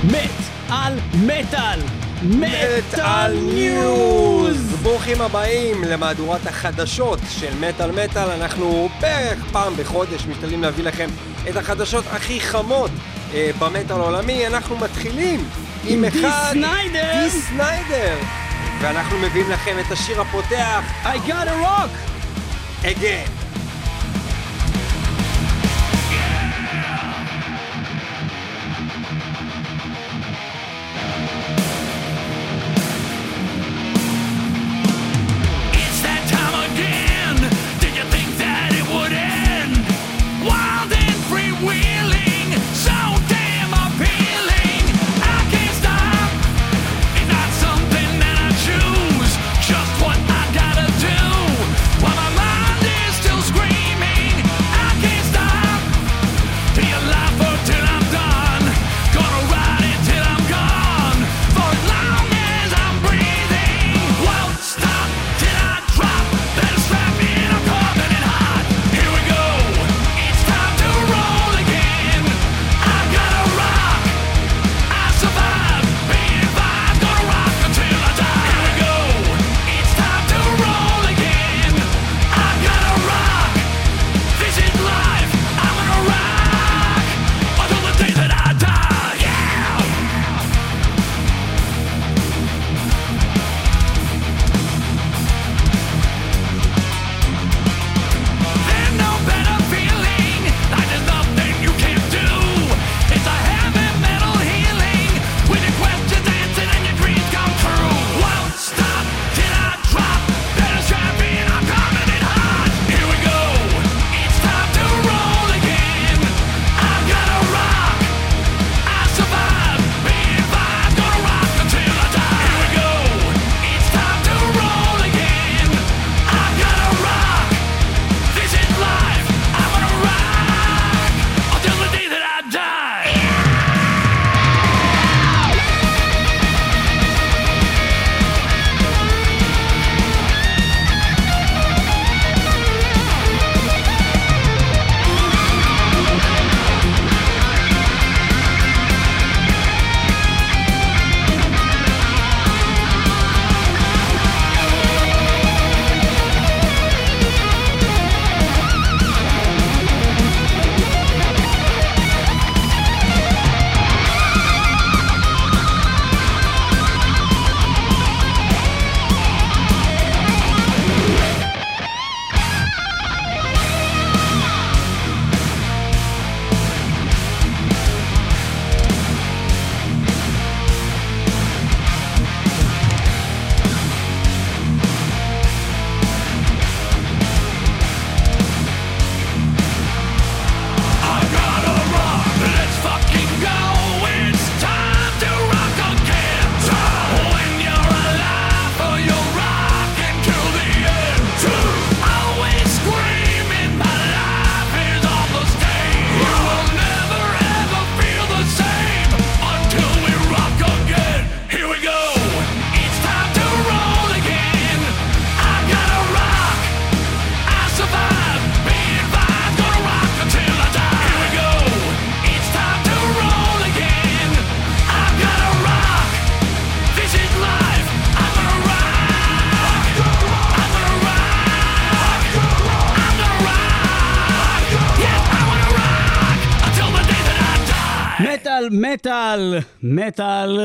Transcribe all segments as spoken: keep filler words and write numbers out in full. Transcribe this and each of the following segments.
מת על מטל, מטל ניוז. ברוכים הבאים למהדורת החדשות של מטל מטל. אנחנו בערך פעם בחודש משתדלים להביא לכם את החדשות הכי חמות אה, במטל העולמי. אנחנו מתחילים עם, עם אחד, די סניידר. די סניידר. ואנחנו מביאים לכם את השיר הפותח I gotta rock again. מטל, מטל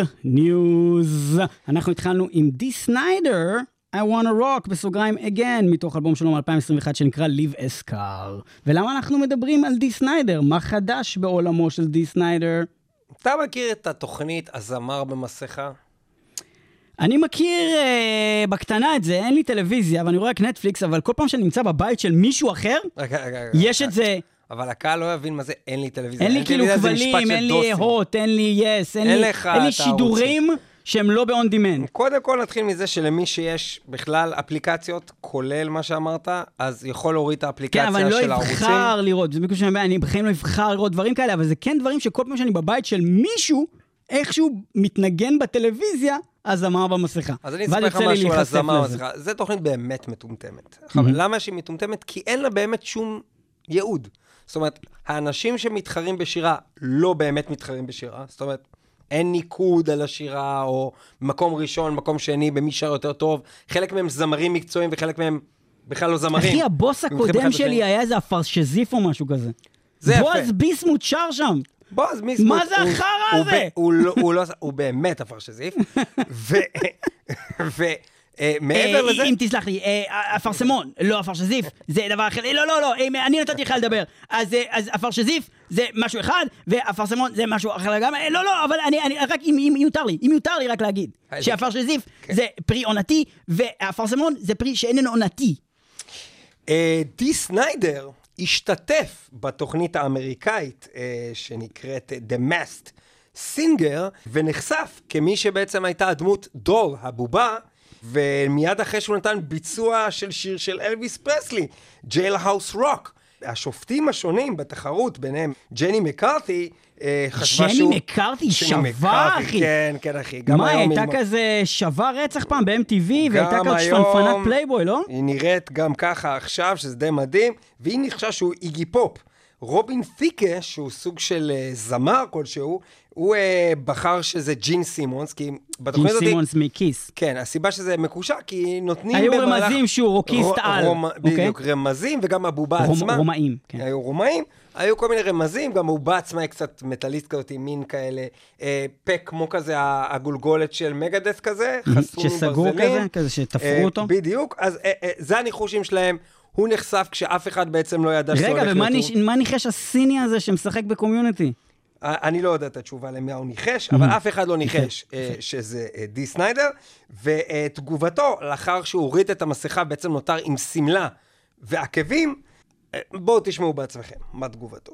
ניוז. אנחנו התחלנו עם די סניידר, I wanna rock, בסוגריים again, מתוך אלבום שלו מ-אלפיים עשרים ואחת שנקרא Live a Scar. ולמה אנחנו מדברים על די סניידר? מה חדש בעולמו של די סניידר? אתה מכיר את התוכנית הזמר במסכה? אני מכיר uh, בקטנה את זה, אין לי טלוויזיה, אבל אני רואה רק נטפליקס, אבל כל פעם שאני נמצא בבית של מישהו אחר, יש את זה... אבל הקהל לא יבין מה זה, אין לי טלוויזיה. אין לי כאילו כבלים, אין לי הוט, אין לי יס, אין לי שידורים שהם לא ב-on demand. קודם כל נתחיל מזה שלמי שיש בכלל אפליקציות, כולל מה שאמרת, אז יכול להוריד את האפליקציה של הערוצים. כן, אבל אני לא אבחר לראות, זה בגלל שאני בחיים לא אבחר לראות דברים כאלה, אבל זה כן דברים שכל פעם שאני בבית של מישהו, איכשהו מתנגן בטלוויזיה, הזמר במסכה. אז אני אספר לך משהו על הזמר במסכה. זה תוכנית באמת מטומטמת. למה שהיא מטומטמת? כי אין לה באמת שום ייעוד. זאת אומרת, האנשים שמתחרים בשירה לא באמת מתחרים בשירה. זאת אומרת, אין ניקוד על השירה, או מקום ראשון, מקום שני, במי שר יותר טוב. חלק מהם זמרים מקצועיים, וחלק מהם בכלל לא זמרים. אחי, הבוס הקודם שלי היה איזה אפרשזיף או משהו כזה. זה יפה. בועז ביסמוט שר שם. בועז ביסמוט. מה זה החרא הזה? הוא באמת אפרשזיף. ו... מעבר לזה... אם תסלח לי, אפרסמון, לא אפרשזיף, זה דבר אחר. לא, לא, לא, אני נתתי לך לדבר. אז אפרשזיף זה משהו אחד, ואפרסמון זה משהו אחר לגמרי. לא, לא, אבל אני רק, אם יותר לי, אם יותר לי רק להגיד, שאפרשזיף זה פרי עונתי, ואפרסמון זה פרי שאיננו עונתי. די סניידר השתתף בתוכנית האמריקאית שנקראת The Masked Singer, ונחשף כמי שבעצם הייתה הדמות דול, הבובה, ומיד אחרי שהוא נתן ביצוע של שיר של אלוויס פרסלי, Jailhouse Rock. השופטים השונים בתחרות, ביניהם ג'ני מקארתי, חשבה שהוא... ג'ני מקארתי שווה, אחי. כן, כן, אחי. מה, הייתה כזה שווה רצח פעם ב-אם טי וי, והייתה כזה שפנפנת פלייבוי, לא? היא נראית גם ככה עכשיו, שזה די מדהים, והיא נחשבה שהוא איגי פופ. רובין ת'יקה, שהוא סוג של זמר כלשהו, הוא בחר שזה ג'ין סימונס, כי ג'ין סימונס מכיס. כן, הסיבה שזה מקושר, כי נותנים היו רמזים שהוא רוקיסט על. בדיוק, רמזים, וגם הבובה עצמה. רומאים, כן. היו רומאים, היו כל מיני רמזים, גם הבובה עצמה היא קצת מטליסט כזאת, עם מין כאלה, פק כמו כזה, הגולגולת של מגדס כזה, חסום שסגור כזה, כזה שתפרו אותו. בדיוק, אז זה הניחושים שלהם. הוא נחשף כשאף אחד בעצם לא ידע רגע, ומה ניחש הסיני הזה שמשחק בקומיוניטי? אני לא יודע את התשובה למה הוא ניחש, אבל אף אחד לא ניחש שזה די סניידר, ותגובתו, לאחר שהוא הוריד את המסכה, בעצם נותר עם סמלה ועקבים, בואו תשמעו בעצמכם מה תגובתו.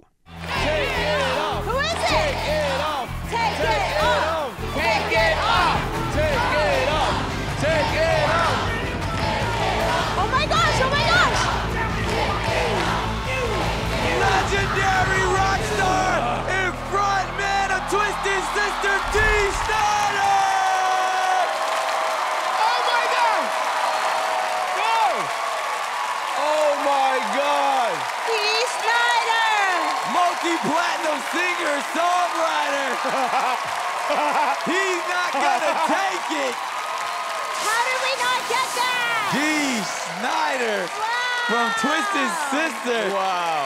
Legendary rock star and frontman of Twisted Sister, D. Snyder! Oh my God! Go! Oh my God! D. Snyder! Multi-platinum singer, songwriter! He's not gonna take it! How did we not get that? D. Snyder! Wow! From Twisted Sister! Wow!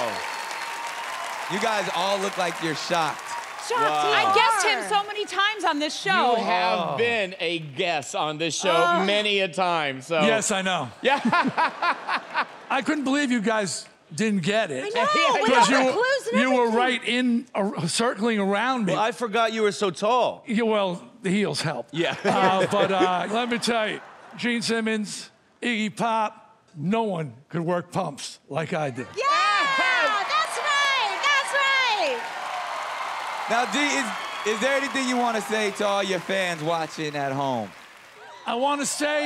You guys all look like you're shocked. Shocked. Wow. I I guessed him so many times on this show. You have oh. been a guest on this show oh. many a time. So yes, I know. Yeah. I couldn't believe you guys didn't get it. I know. We got you, the clues and you everything. were right in, uh, circling around me. Well, I forgot you were so tall. Yeah, well, the heels help. Yeah. uh, but uh, let me tell you, Gene Simmons, Iggy Pop, no one could work pumps like I did. Yeah, that's right. That's right. Now, D, is, is there anything you want to say to all your fans watching at home? I want to say,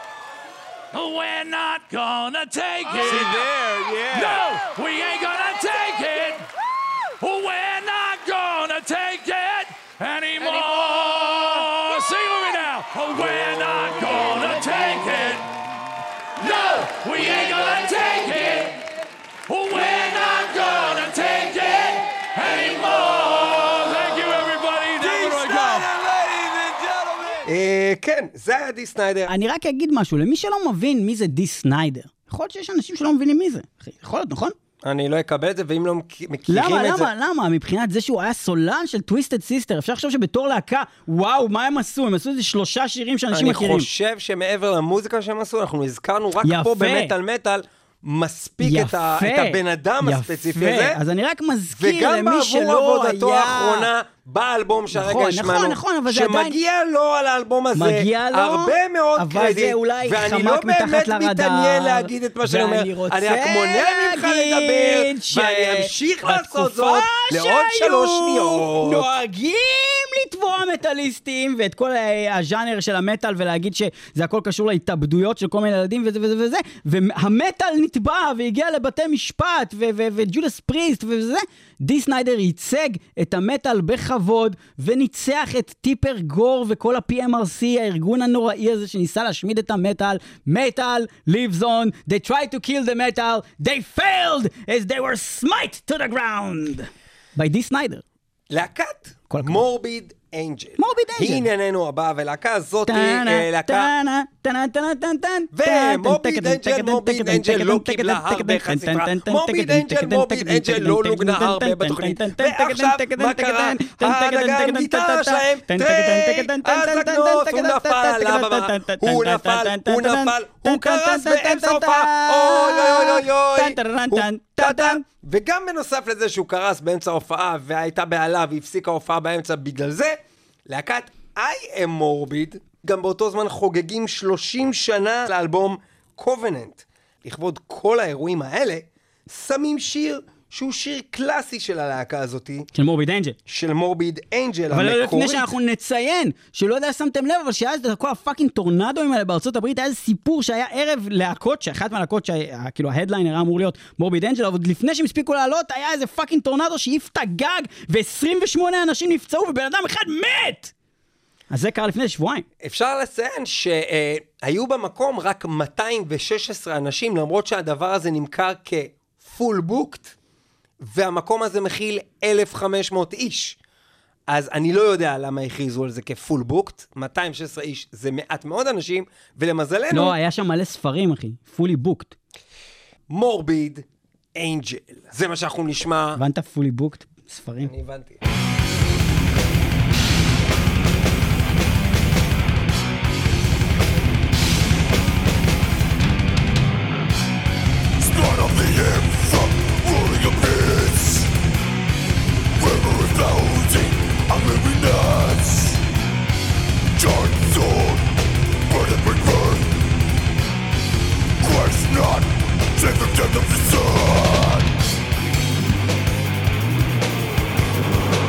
we're not gonna take it. See there, yeah. No, we ain't gonna take it. We're not gonna take it anymore. anymore. Sing with me now. We're not gonna take it. No, we ain't gonna take it. We're not gonna take it anymore. Thank you, everybody. Now where do I go? Ladies and gentlemen. כן, זה היה די סניידר. אני רק אגיד משהו, למי שלא מבין מי זה די סניידר, יכול להיות שיש אנשים שלא מבינים מי זה. יכול להיות, נכון? אני לא אקבל את זה, ואם לא מכירים למה, את זה... למה, למה? מבחינת זה שהוא היה סולן של טוויסטד סיסטר, אפשר לחשוב שבתור להקה, וואו, מה הם עשו? הם עשו איזה שלושה שירים שאנשים מכירים. אני חושב שמעבר למוזיקה שהם עשו, אנחנו הזכרנו רק יפה. פה במטל מטל, מספיק את, ה, את הבן אדם יפה. הספציפי הזה. אז אני רק מזכיר למי שלא היה... וגם בעבור עבודתו האחרונה, באלבום שהרגע נכון, השמענו, נכון, נכון, אבל זה עדיין... שמגיע לו על האלבום הזה, מגיע לו, הרבה מאוד אבל קרדיט, זה אולי ואני לא חמק מתחת באמת לרדאר, מתעניין להגיד את מה שאני אומר, אני רק מונע ממך לדבר, ואני אמשיך לעשות זאת לעוד שלוש שניות. נוהגים לתבוע מטליסטים, ואת כל הז'אנר של המטל, ולהגיד שזה הכל קשור להתאבדויות של כל מיני ילדים, וזה וזה וזה, והמטל נתבע, והגיע לבתי משפט, וג'ודס פריסט, וזה, די סניידר ייצג את המטל בכבוד, וניצח את טיפר גור וכל ה-פי אם אר סי, הארגון הנוראי הזה שניסה להשמיד את המטל. מטל lives on, they tried to kill the metal, they failed as they were smite to the ground. by די סניידר. להקת מורביד אנג'ל. מורביד אנג'ל. היא ענייננו הבא, ולהקה הזאת היא להקה... ומורביד אנג'ל, מורביד אנג'ל לא קיבלה הרבה חשיפה. מורביד אנג'ל, מורביד אנג'ל לא לוגנה הרבה בתוכנית. ועכשיו, מה קרה? הנגן גיטרה שלהם, טריי, אז לקנוס, הוא נפל עליו הבמה. הוא נפל, הוא נפל, הוא קרס באמצע ההופעה. אוי אוי אוי אוי. וגם בנוסף לזה שהוא קרס באמצע ההופעה, והייתה בעלה והפסיקה ההופעה באמצע בגלל זה, להקת I am Morbid, גם באותו זמן חוגגים שלושים שנה לאלבום Covenant. לכבוד כל האירועים האלה, שמים שיר שהוא שיר קלאסי של הלהקה הזאת. של מורביד אנג'ל. של מורביד אנג'ל המקורית. אבל לפני המקורית. שאנחנו נציין, שלא יודע שמתם לב, אבל שהיה כל הפאקינג טורנדוים האלה בארצות הברית, היה איזה סיפור שהיה ערב להקות, שאחת מהלהקות שכאילו ההדליינר היה אמור להיות מורביד אנג'ל, אבל לפני שהם הספיקו לעלות, היה איזה פאקינג טורנדו שהעיף את הגג, ו-עשרים ושמונה אנשים נפצעו, ובן אדם אחד מת! אז זה קרה לפני שבועיים. אפשר לציין שהיו במקום רק מאתיים ושש עשרה אנשים, למרות שהדבר הזה נמכר כפול בוקט, והמקום הזה מכיל אלף וחמש מאות איש. אז אני לא יודע למה הכריזו על זה כפול בוקט. מאתיים ושש עשרה איש זה מעט מאוד אנשים, ולמזלנו... לא, היה שם מלא ספרים, אחי. פולי בוקט. מורביד אנג'ל. זה מה שאנחנו נשמע. הבנת פולי בוקט? ספרים? אני הבנתי. Start of the anthem, rolling a piss. River is floating, I'm living nuts. Charged sword, burn it, burn, burn. Quench not, save the death of the sun.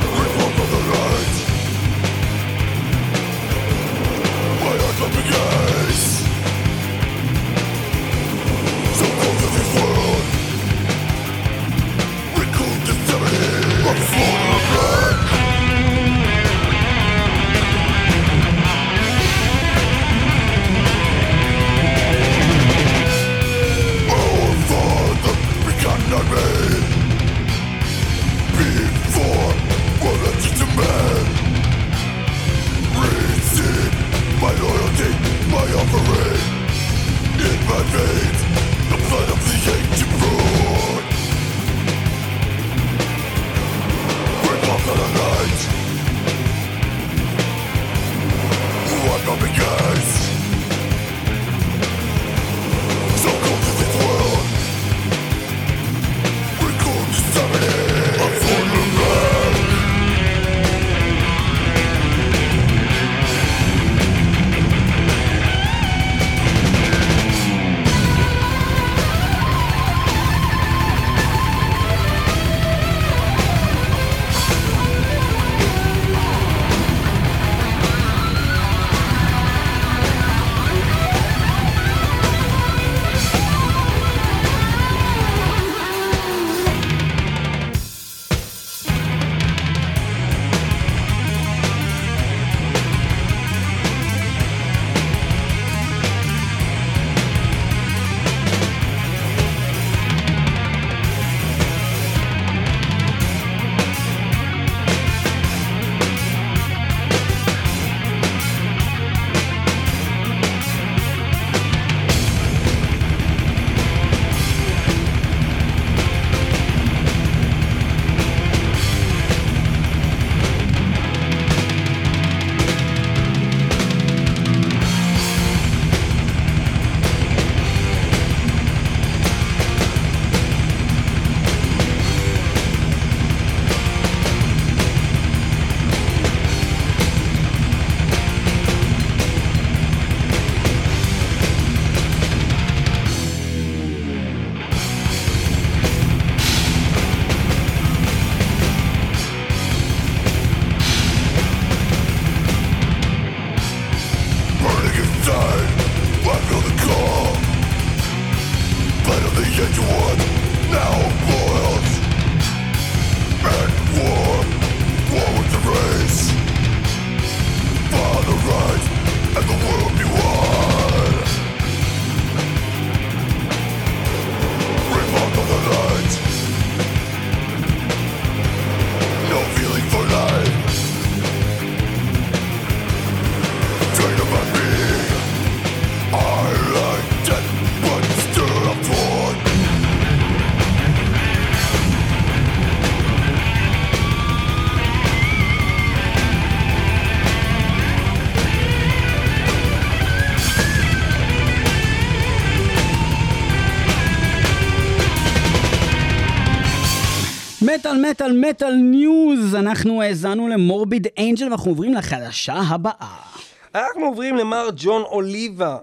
מטל מטל מטל ניוז, אנחנו האזנו למורביד אנג'ל ואנחנו עוברים לחדשה הבאה. אנחנו עוברים למר ג'ון אוליבה,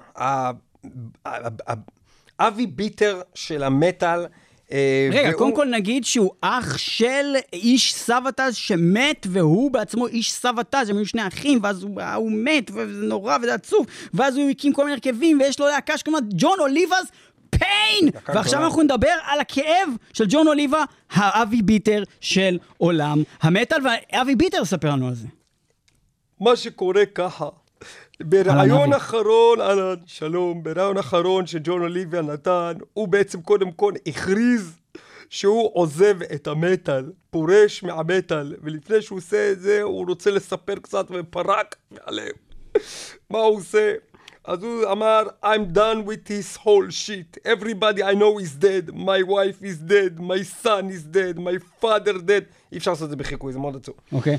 האבי ביטר של המטל. רגע, קודם כל נגיד שהוא אח של איש סבתז שמת, והוא בעצמו איש סבתז, הם היו שני אחים, ואז הוא מת, וזה נורא וזה עצוב, ואז הוא הקים כל מיני הרכבים, ויש לו להקה שקוראים ג'ון אוליבה's pain! ועכשיו אנחנו נדבר על הכאב של ג'ון אוליבה, האבי ביטר של עולם המטל, והאבי ביטר ספר לנו על זה. מה שקורה ככה, ברעיון אחרון, אלן, שלום, ברעיון אחרון שג'ון אוליבה נתן, הוא בעצם קודם כל הכריז שהוא עוזב את המטל, פורש מהמטל, ולפני שהוא עושה את זה, הוא רוצה לספר קצת ופרק מעליהם. מה הוא עושה? אז הוא אמר, I'm done with this whole shit. Everybody I know is dead. My wife is dead. My son is dead. My father dead. אי אפשר לעשות את זה בחיקוי, זה מאוד עצוב. אוקיי.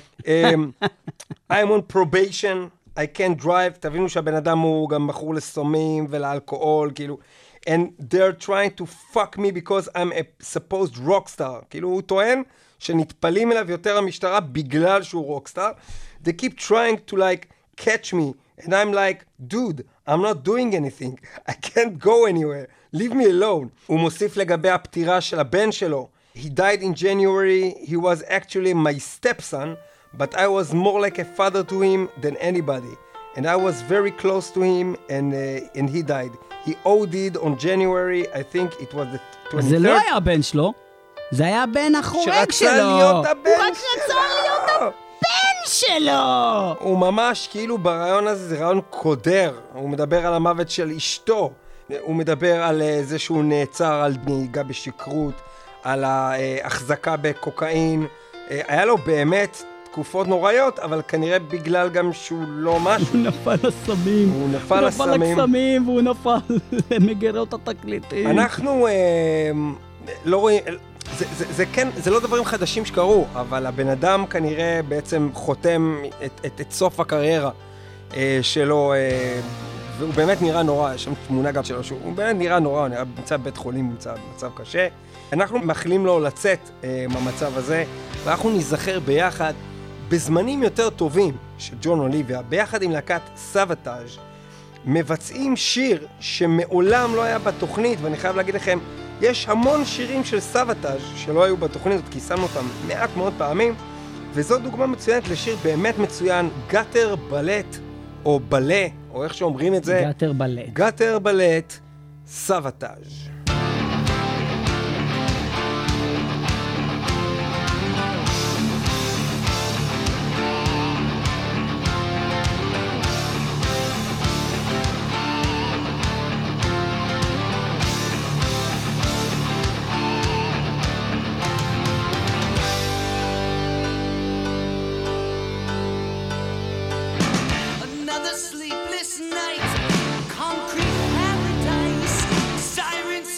I'm on probation. I can't drive. תבינו שהבן אדם הוא גם מכור לסמים ולאלכוהול, כאילו. And they're trying to fuck me because I'm a supposed rockstar. כאילו הוא טוען שנטפלים אליו יותר המשטרה בגלל שהוא רוקסטאר. They keep trying to like catch me. And I'm like, dude, I'm not doing anything. I can't go anywhere. Leave me alone. הוא מוסיף לגבי הפטירה של הבן שלו. He died in January. He was actually my stepson, but I was more like a father to him than anybody. And I was very close to him, and uh, and he died. He O D'd on January. I think it was the twenty-third. זה לא היה הבן שלו. זה היה הבן החורג שלו. שרצה להיות הבן הוא רק רצה להיות הבן שלו. הוא ממש כאילו ברעיון הזה זה רעיון קודר. הוא מדבר על המוות של אשתו. הוא מדבר על זה שהוא נעצר על נהיגה בשכרות, על ההחזקה בקוקאין. היה לו באמת תקופות נוראיות, אבל כנראה בגלל גם שהוא לא משהו. הוא נפל לסמים. הוא נפל לסמים. הוא נפל לסמים והוא נפל למגרות התקליטים. אנחנו אה, לא רואים... זה, זה, זה כן, זה לא דברים חדשים שקרו, אבל הבן אדם כנראה בעצם חותם את, את, את סוף הקריירה אה, שלו, אה, והוא באמת נראה נורא, יש שם תמונה גם שלו, שהוא באמת נראה נורא, הוא נראה נמצא בבית חולים, נמצא במצב קשה. אנחנו מאחלים לו לצאת אה, מהמצב הזה, ואנחנו נזכר ביחד בזמנים יותר טובים של ג'ון אוליבה, ביחד עם להקת סבתאז' מבצעים שיר שמעולם לא היה בתוכנית, ואני חייב להגיד לכם, יש המון שירים של סבתאז' שלא היו בתוכנית, כי שמנו אותם מעט מאוד פעמים, וזו דוגמה מצוינת לשיר באמת מצוין, גאטר בלט, או בלה, או איך שאומרים את זה. גאטר בלט. גאטר בלט, סבתאז'. Another sleepless night, concrete paradise, sirens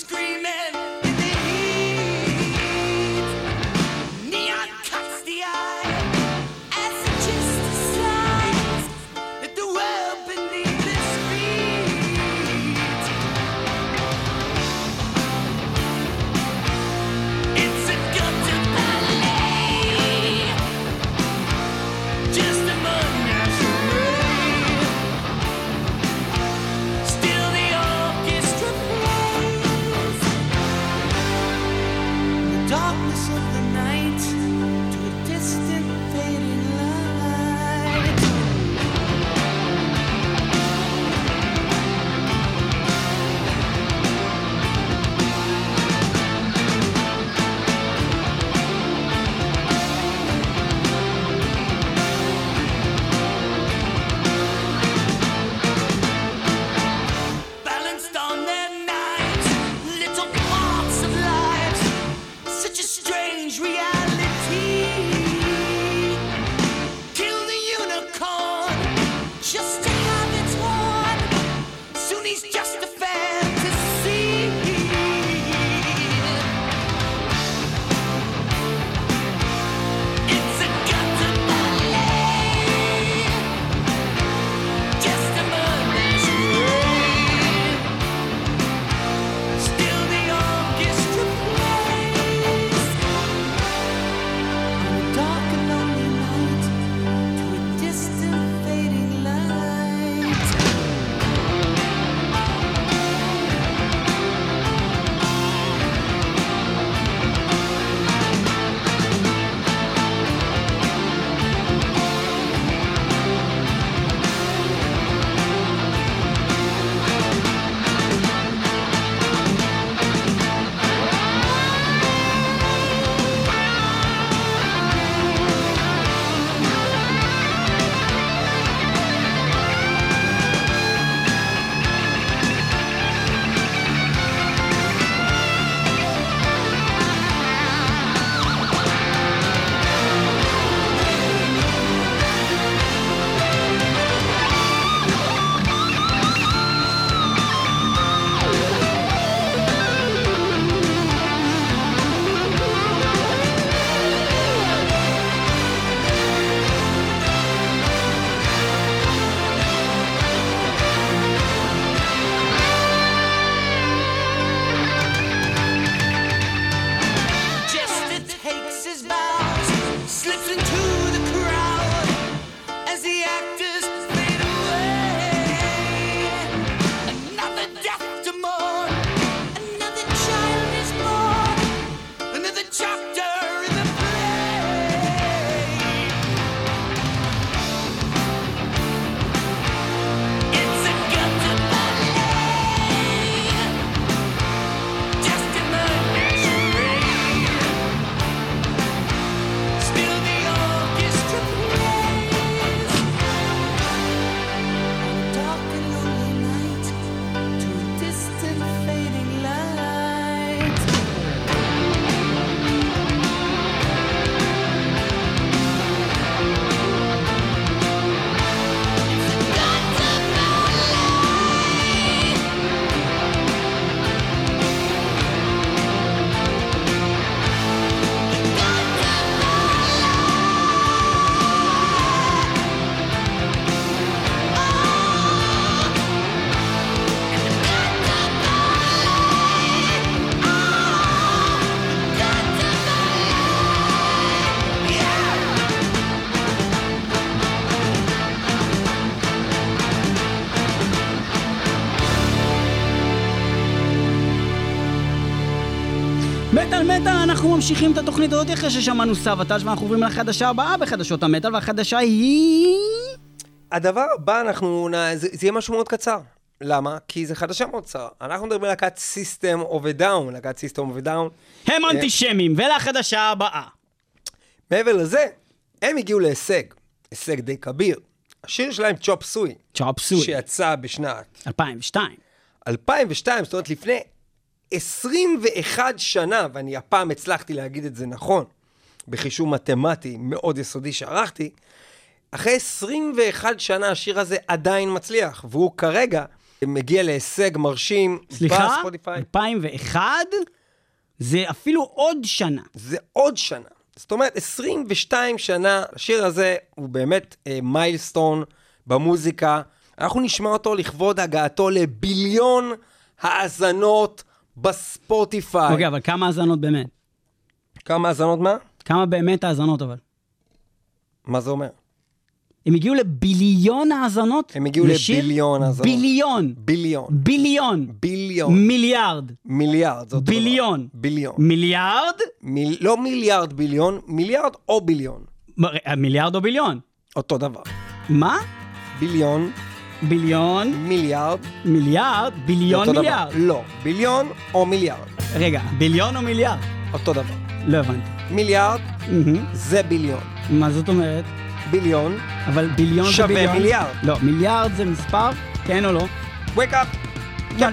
מטל מטל, אנחנו ממשיכים את התוכנית הזאת אחרי ששמענו סבתאז' ואנחנו עוברים לחדשה הבאה בחדשות המטל, והחדשה היא... הדבר הבא, אנחנו... זה, זה יהיה משהו מאוד קצר. למה? כי זה חדשה מאוד קצרה. אנחנו מדברים על להקת System of a Down, להקת System of a Down. הם אנטישמים, ולחדשה הבאה. מעבר לזה, הם הגיעו להישג, הישג די כביר. השיר שלהם צ'ופ סוי. צ'ופ סוי. שיצא בשנת... אלפיים ושתיים. אלפיים ושתיים, זאת אומרת לפני עשרים ואחת שנה, ואני הפעם הצלחתי להגיד את זה נכון, בחישוב מתמטי מאוד יסודי שערכתי, אחרי עשרים ואחת שנה השיר הזה עדיין מצליח, והוא כרגע מגיע להישג מרשים סליחה? בספוטיפיי. אלפיים ואחת? זה אפילו עוד שנה. זה עוד שנה. זאת אומרת, עשרים ושתיים שנה, השיר הזה הוא באמת אה, מיילסטון במוזיקה. אנחנו נשמע אותו לכבוד הגעתו לביליון האזנות בספוטיפיי. אוקיי, אבל כמה האזנות באמת? כמה האזנות מה? כמה באמת האזנות אבל? מה זה אומר? הם הגיעו לביליון האזנות? הם הגיעו לשיר? לביליון האזנות. ביליון. ביליון. ביליון. ביליון. מיליארד. מיליארד, זאת ביליון. ביליון. מיליארד? מיל... לא מיליארד ביליון, מיליארד או ביליון. מיליארד או ביליון? אותו דבר. מה? ביליון. ביליון. מיליארד. מיליארד? ביליון מיליארד? דבר. לא, ביליון או מיליארד. רגע, ביליון או מיליארד? אותו דבר. לא הבנתי. מיליארד Mm-hmm. זה ביליון. מה זאת אומרת? ביליון אבל ביליון זה שווה ביליון. מיליארד. לא, מיליארד זה מספר? כן או לא? wake up. מה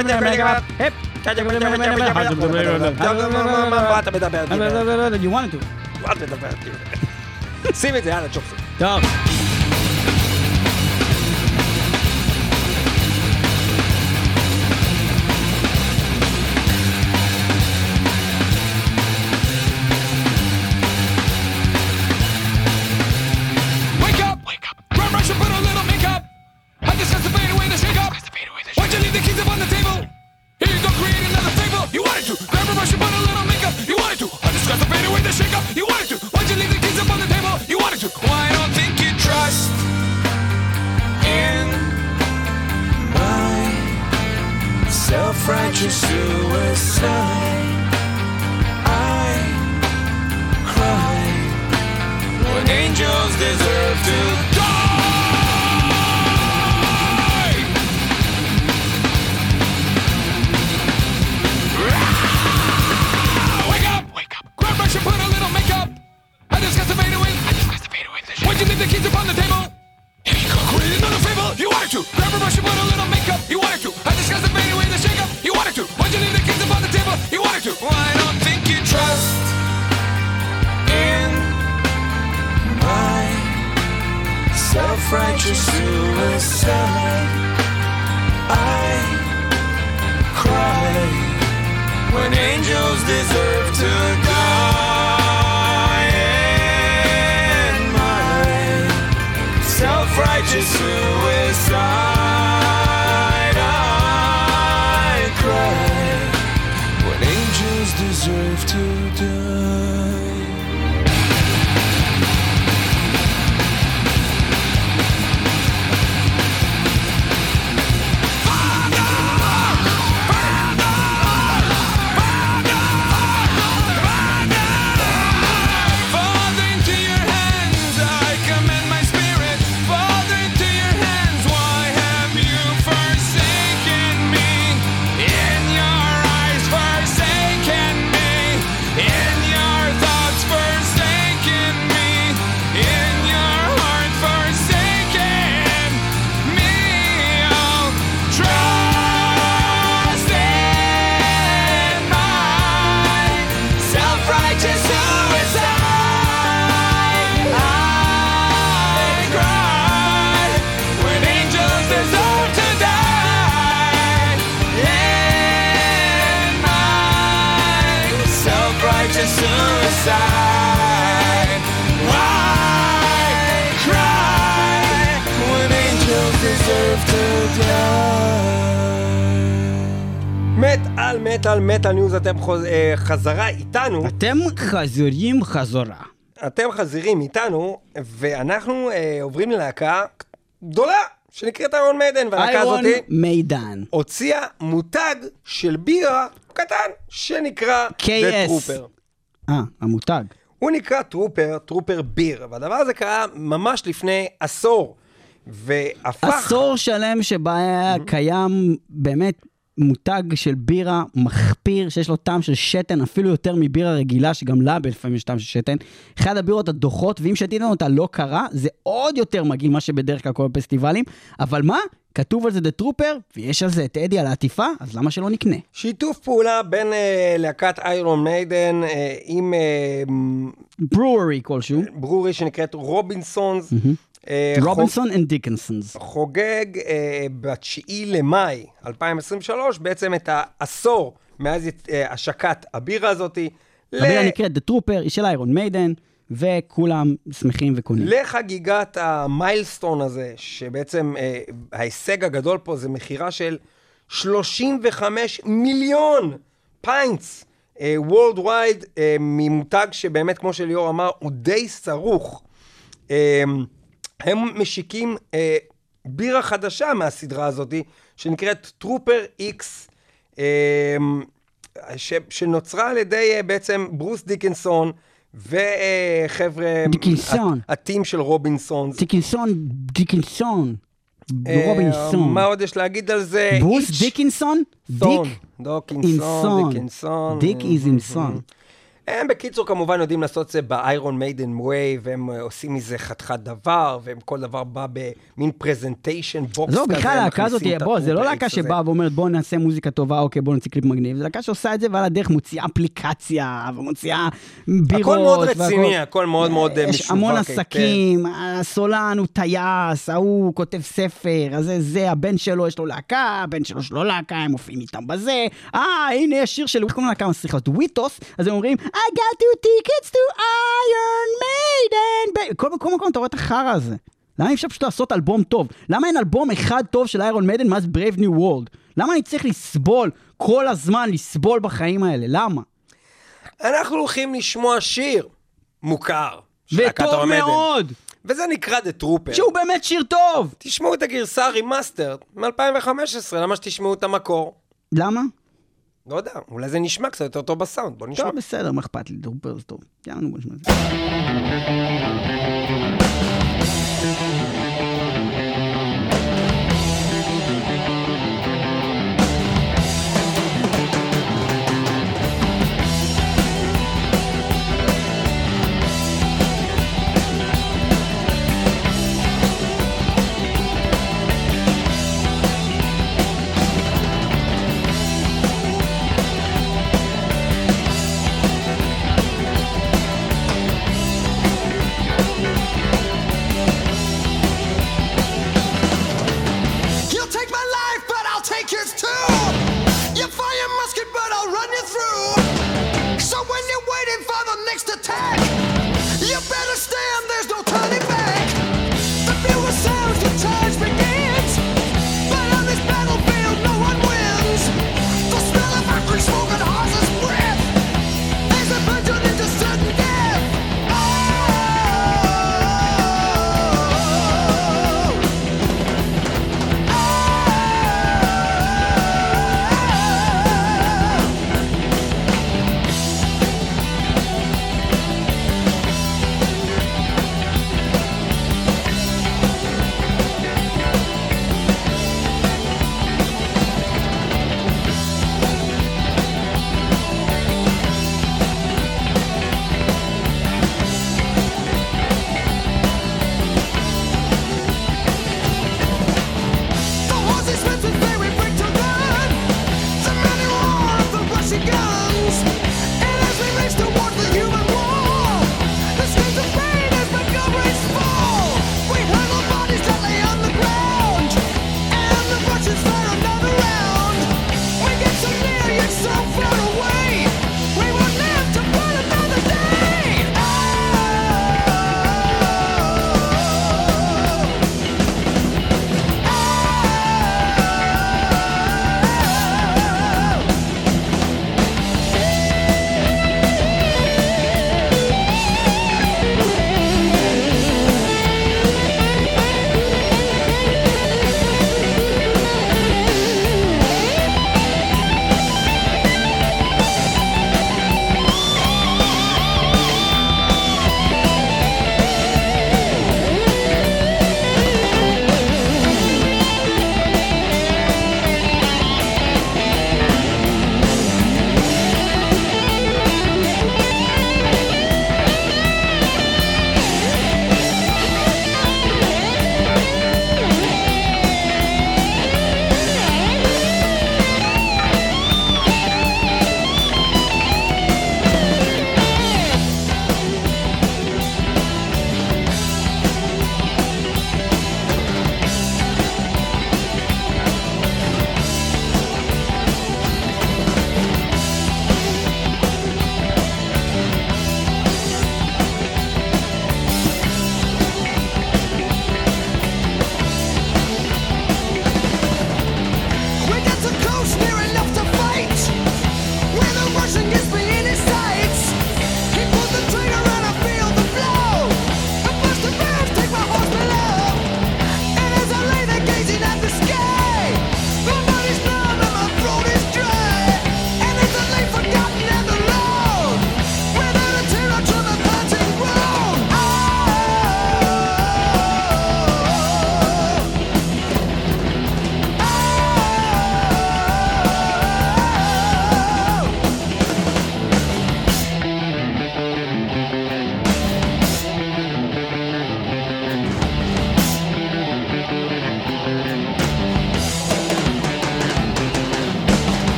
אתה מדבר? You wanted to. מה אתה מדבר? שים את זה, יאללה, צ'ופסו. טוב. Self-righteous suicide. I cry when angels deserve to die. Wake up! Wake up! Grab brush and put a little makeup. I discussed the fade away. I discussed the fade away. Why'd you leave the keys upon the table? If you could create another fable, you wanted to. Grab a brush and put a little makeup. You wanted to. I discussed the fade away. You wanted to. Why'd you leave the keys upon the table? You wanted to. Well, I don't think you trust in my self-righteous suicide. I cry when angels deserve to die. In my self-righteous suicide. When angels deserve to die. Father! Father! Father! Father! Father, into your hands I commend my spirit. Father, into your hands, why have you forsaken me? In your eyes forsaken me, in your thoughts forsaken me, in your heart forsaken me. I'll trust in my self-righteous suicide. I cry when angels deserve to die. In my self-righteous suicide, why cry when angels deserve to die? מטל, מטל, מטל ניוז, אתם חוז... אה, חזרה איתנו. אתם חזורים חזורה. אתם חזירים איתנו, ואנחנו אה, עוברים ללהקה גדולה, שנקראת איירון מיידן, והלהקה איירון הזאת מיידן. הוציאה מותג של בירה קטן, שנקרא קיי The אס. Trooper. אה, המותג. הוא נקרא טרופר, טרופר ביר, והדבר הזה קרה ממש לפני עשור, והפך... עשור שלם שבה היה קיים באמת מותג של בירה מחפיר, שיש לו טעם של שתן, אפילו יותר מבירה רגילה, שגם לה לפעמים יש טעם של שתן. אחד הבירות הדוחות, ואם שתינו אותה לא קרה, זה עוד יותר מגעיל מה שבדרך כלל קורה בפסטיבלים, אבל מה? כתוב על זה The Trooper, ויש על זה את אדי על העטיפה, אז למה שלא נקנה? שיתוף פעולה בין אה, להקת איירון מיידן אה, עם אה, ברורי כלשהו. ברורי שנקראת רובינסונס. אה, רובינסון אנד דיקנסונס. חוגג אה, בתשיעי למאי אלפיים עשרים ושלוש בעצם את העשור מאז אה, השקת הבירה הזאת. הבירה נקראת The Trooper, היא של איירון מיידן, וכולם שמחים וקונים. לחגיגת המיילסטון הזה, שבעצם אה, ההישג הגדול פה זה מחירה של שלושים וחמישה מיליון פיינטס אה, worldwide, אה, ממותג שבאמת, כמו שליאור אמר, הוא די סרוך. אה, הם משיקים אה, בירה חדשה מהסדרה הזאת, שנקראת טרופר איקס, אה, ש, שנוצרה על ידי אה, בעצם ברוס דיקנסון, וחבר'ה, דיקנסון. הטים של רובינסונס. דיקנסון, דיקנסון. רובינסון. מה עוד יש להגיד על זה? ברוס דיקנסון? דיק דוקינסון, דיקנסון. דיק איז אינסון. הם בקיצור כמובן יודעים לעשות זה באיירון מיידן ווי, והם עושים מזה חתיכת דבר, והם כל דבר בא במין פרזנטיישן בוקס כזה. זו בכלל להקה הזאת, בוא, זה לא להקה שבאה ואומרת בוא נעשה מוזיקה טובה, אוקיי בוא נוציא קליפ מגניב, זה להקה שעושה את זה ועל הדרך מוציאה אפליקציה, ומוציאה בירות. הכל מאוד רציני, הכל מאוד מאוד משווק. יש המון עסקים, הסולן הוא טייס, ההוא כותב ספר, אז זה, הבן שלו יש לו להקה, הבן שלו יש לו להקה, הם מופיעים איתם בזה, אה, הנה יש שיר של, כל מיני להקה מצליחה, וויטוס, אז הם אומרים, I got two tickets to Iron Maiden. כל מקום אתה רואה את החרא הזה. למה אי אפשר פשוט לעשות אלבום טוב? למה אין אלבום אחד טוב של איירון מיידן מאז Brave New World? למה אני צריך לסבול כל הזמן, לסבול בחיים האלה? למה? אנחנו הולכים לשמוע שיר מוכר. וטוב מאוד. וזה נקרא The Trooper. שהוא באמת שיר טוב. תשמעו את הגרסה הרימאסטרד מ-אלפיים וחמש עשרה, למה שתשמעו את המקור? למה? לא יודע, אולי זה נשמע קצת יותר טוב בסאונד, בוא נשמע. טוב, בסדר, מה אכפת לי, טרופר זה טוב. יאללה, בוא נשמע את זה.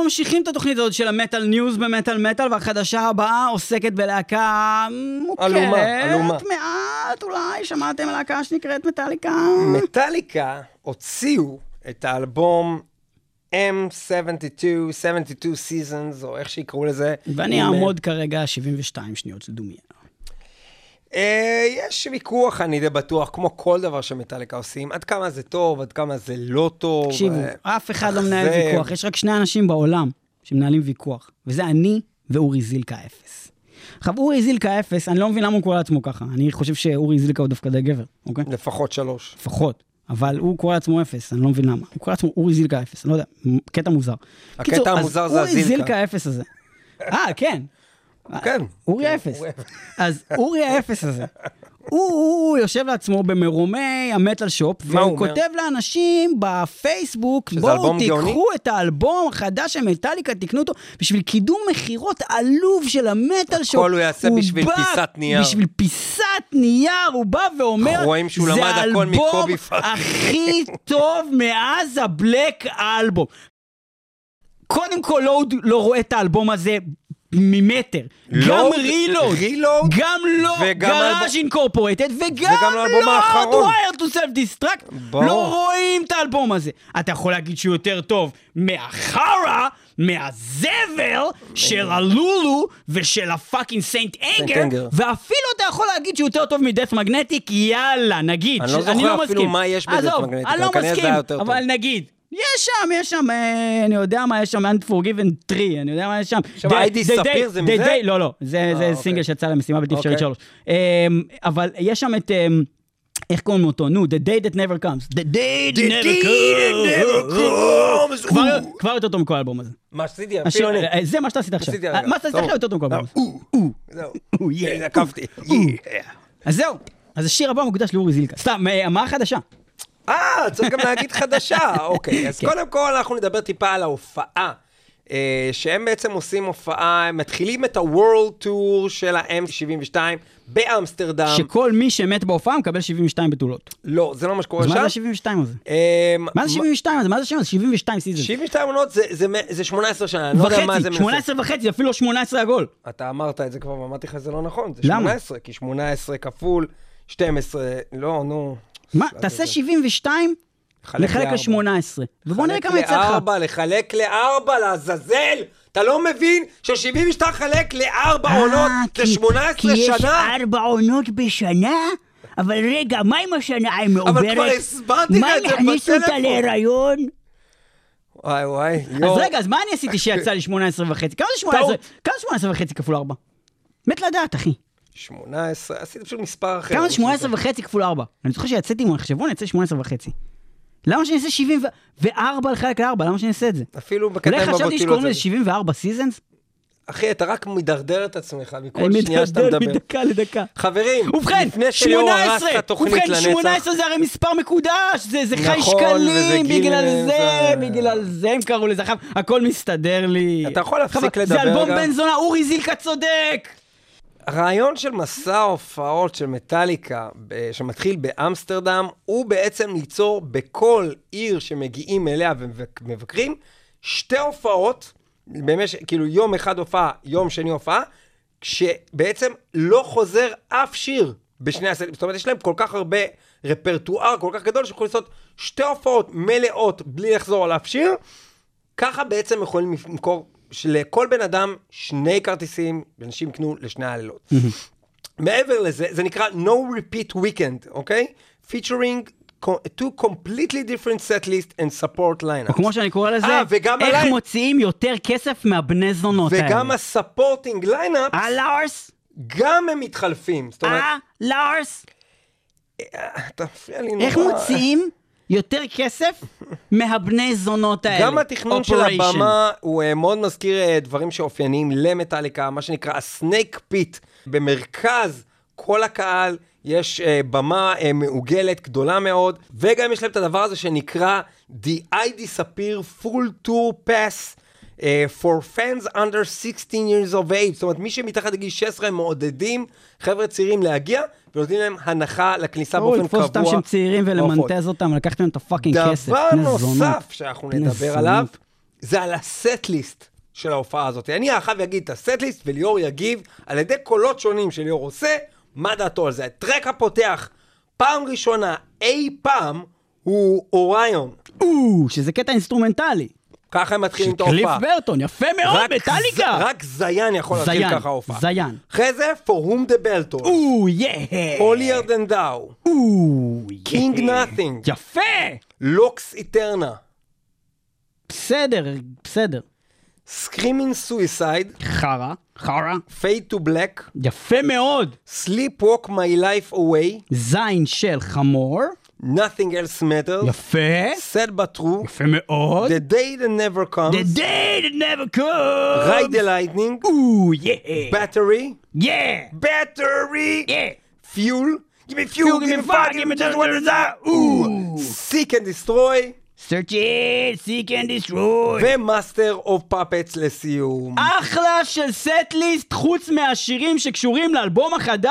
ממשיכים את התוכנית הזאת של המטל ניוז במטל מטל, והחדשה הבאה עוסקת בלהקה מוכרת. אלומה, אלומה. מעט, אולי שמעתם להקה שנקראת מטליקה. מטליקה הוציאו את האלבום אם שבעים ושתיים, שבעים ושתיים Seasons, או איך שיקראו לזה. ואני אעמוד כרגע שבעים ושתיים שניות לדומיה. יש ויכוח, אני די בטוח, כמו כל דבר שמטליקה עושים, עד כמה זה טוב, עד כמה זה לא טוב. תקשיבו, אף אחד לא מנהל ויכוח, יש רק שני אנשים בעולם שמנהלים ויכוח, וזה אני ואורי זילקה אפס. עכשיו, אורי זילקה אפס, אני לא מבין למה הוא קורא לעצמו ככה, אני חושב שאורי זילקה הוא דווקא די גבר, אוקיי? לפחות שלוש. לפחות, אבל הוא קורא לעצמו אפס, אני לא מבין למה. הוא קורא לעצמו אורי זילקה אפס, אני לא יודע, קטע מוזר. הקטע המוזר זה הזילקה. אורי זילקה אפס הזה. אה, כן. כן. אורי האפס. אז אורי האפס הזה, הוא יושב לעצמו במרומי המטל שופ, והוא כותב לאנשים בפייסבוק, בואו תיקחו את האלבום החדש של מטליקה, תקנו אותו, בשביל קידום מחירות עלוב של המטל שופ. הכל הוא יעשה בשביל פיסת נייר. בשביל פיסת נייר, הוא בא ואומר, זה האלבום הכי טוב מאז הבלק אלבום. קודם כל לא רואה את האלבום הזה ממטר, גם רילוד, גם לא גראז' אינקורפורטד, וגם לא Hardwired to Self-Destruct, לא רואים את האלבום הזה. אתה יכול להגיד שהוא יותר טוב מהחרה, מהזבל של הלולו ושל הפאקינג סיינט אנגר, ואפילו אתה יכול להגיד שהוא יותר טוב מדף מגנטיק, יאללה, נגיד. אני לא זוכר אפילו מה יש בדף מגנטיק, אני לא מסכים, אבל נגיד. יש שם, יש שם, אני יודע מה יש שם, Unforgiven טרי, אני יודע מה יש שם. שם איידי ספיר זה מזה? לא, לא, זה סינגל שיצא למשימה בלתי אפשרית שלוש. אבל יש שם את, איך קוראים אותו? נו, The Day That Never Comes. The Day That Never Comes. כבר יותר טוב מכל האלבום הזה. מה שעשיתי, אפילו אני. זה מה שאתה עשית עכשיו. מה שאתה עשית עכשיו יותר טוב מכל האלבום הזה. זהו, עקבתי. אז זהו, אז השיר הבא מוקדש לאורי זילקה. סתם, מה החדשה? אה, צריך גם להגיד חדשה, אוקיי. אז קודם כל אנחנו נדבר טיפה על ההופעה, שהם בעצם עושים הופעה, הם מתחילים את ה-World Tour של ה-אם שבעים ושתיים באמסטרדם. שכל מי שמת בהופעה מקבל שבעים ושתיים בתולות. לא, זה לא מה שקורה שם. אז מה זה שבעים ושתיים הזה? מה זה שבעים ושתיים הזה? מה זה שם? שבעים ושתיים סיזון. שבעים ושתיים עונות זה שמונה עשרה שנה, אני לא יודע מה זה מנסה. שמונה עשרה וחצי, אפילו שמונה עשרה עגול. אתה אמרת את זה כבר, ואמרתי לך, זה לא נכון. זה שמונה עשרה, כי שמונה עשרה כפול שתים עשרה, לא, נו. מה? תעשה שבעים ושתיים, לחלק ל-שמונה עשרה. ובוא נראה כמה יצא לך. לחלק לארבע, לעזאזל. אתה לא מבין ש-שבעים ושתיים חלק לארבע עונות ל-שמונה עשרה שנה? כי יש ארבע עונות בשנה? אבל רגע, מה עם השנה המעוברת? אבל כבר הסברתי לך את זה בטלפון. מה יכניסו אותה להיריון? וואי וואי. אז רגע, אז מה אני עשיתי שיצא לי שמונה עשרה וחצי? כמה זה שמונה עשרה? כמה שמונה עשרה וחצי כפול ארבע? מת לדעת, אחי. שמונה עשרה, עשיתי פשוט מספר אחר. כמה זה שמונה עשרה וחצי כפול ארבע? אני זוכר שיצאתי עם מחשבון, יצא שמונה עשרה וחצי. למה שאני אעשה שבעים וארבע לחלק לארבע? למה שאני אעשה את זה? אפילו בקטעים אולי חשבתי שקוראים לזה שבעים וארבע סיזנס? אחי, אתה רק מדרדר את עצמך מכל שנייה שאתה מדבר. מדקה לדקה. חברים, ובכן, שמונה עשרה, ובכן, שמונה עשרה זה הרי מספר מקודש, זה חי שקלים, בגלל זה, בגלל זה הם קראו לזה, הכל מסתדר לי. אתה יכול להפסיק לדבר. זה אלבום בן זונה, אורי זילקה צודק. הרעיון של מסע ההופעות של מטליקה, שמתחיל באמסטרדם, הוא בעצם ליצור בכל עיר שמגיעים אליה ומבקרים, שתי הופעות, במשך, כאילו יום אחד הופעה, יום שני הופעה, כשבעצם לא חוזר אף שיר בשני הסרטים. זאת אומרת, יש להם כל כך הרבה רפרטואר, כל כך גדול, שיכולים לעשות שתי הופעות מלאות בלי לחזור על אף שיר, ככה בעצם יכולים למכור שלכל בן אדם שני כרטיסים, אנשים יקנו לשני הלילות. מעבר לזה, זה נקרא No Repeat Weekend, אוקיי? Featuring two completely different set list and support lineups. או כמו שאני קורא לזה, איך מוציאים יותר כסף מהבני זונות האלה. וגם ה-supporting lineups, הלארס, גם הם מתחלפים. הלארס, אתה מפריע לי נורא. איך מוציאים יותר כסף מהבני זונות האלה. גם התכנון של הבמה הוא מאוד מזכיר דברים שאופייניים למטליקה, מה שנקרא הסנייק פיט. במרכז כל הקהל יש במה מעוגלת גדולה מאוד, וגם יש להם את הדבר הזה שנקרא The I Disappear Full Tour Pass uh, for fans under sixteen years of age. זאת אומרת, מי שמתחת לגיל שש עשרה הם מעודדים חבר'ה צעירים להגיע, ונותנים להם הנחה לכניסה באופן קבוע. לתפוס אותם שהם צעירים ולמנטז אותם, לקחת להם את הפאקינג כסף. דבר נוסף שאנחנו נדבר עליו, זה על הסט-ליסט של ההופעה הזאת. אני אחר יגיד את הסט-ליסט, וליאור יגיב על ידי קולות שונים שליאור עושה, מה דעתו על זה. הטרק הפותח, פעם ראשונה אי פעם, הוא אוריון. או, שזה קטע אינסטרומנטלי. ככה הם מתחילים את ההופעה. קליף ברטון, יפה מאוד, מטאליקה. רק זיין יכול להתחיל ככה ההופעה. זיין. אחרי זה, For Whom the Bell Tolls. או, יא. Holier Than Thou. או, King Nothing. יפה. Lux Eterna. בסדר, בסדר. Screaming Suicide. חרה, חרה. Fade to Black. יפה מאוד. Sleepwalk My Life Away. זין של חמור. Nothing Else Matters. יפה. Sad But True. יפה מאוד. The Day That Never Comes. The day that never comes. Ride the Lightning. או, יא. Battery. יא. Battery. יא. Fuel. Give me fuel, give me fire, give me just what is that. Ooh. Seek and Destroy. Search it, seek and destroy. ומאסטר אוף פאפטס לסיום. אחלה של סט-ליסט חוץ מהשירים שקשורים לאלבום החדש.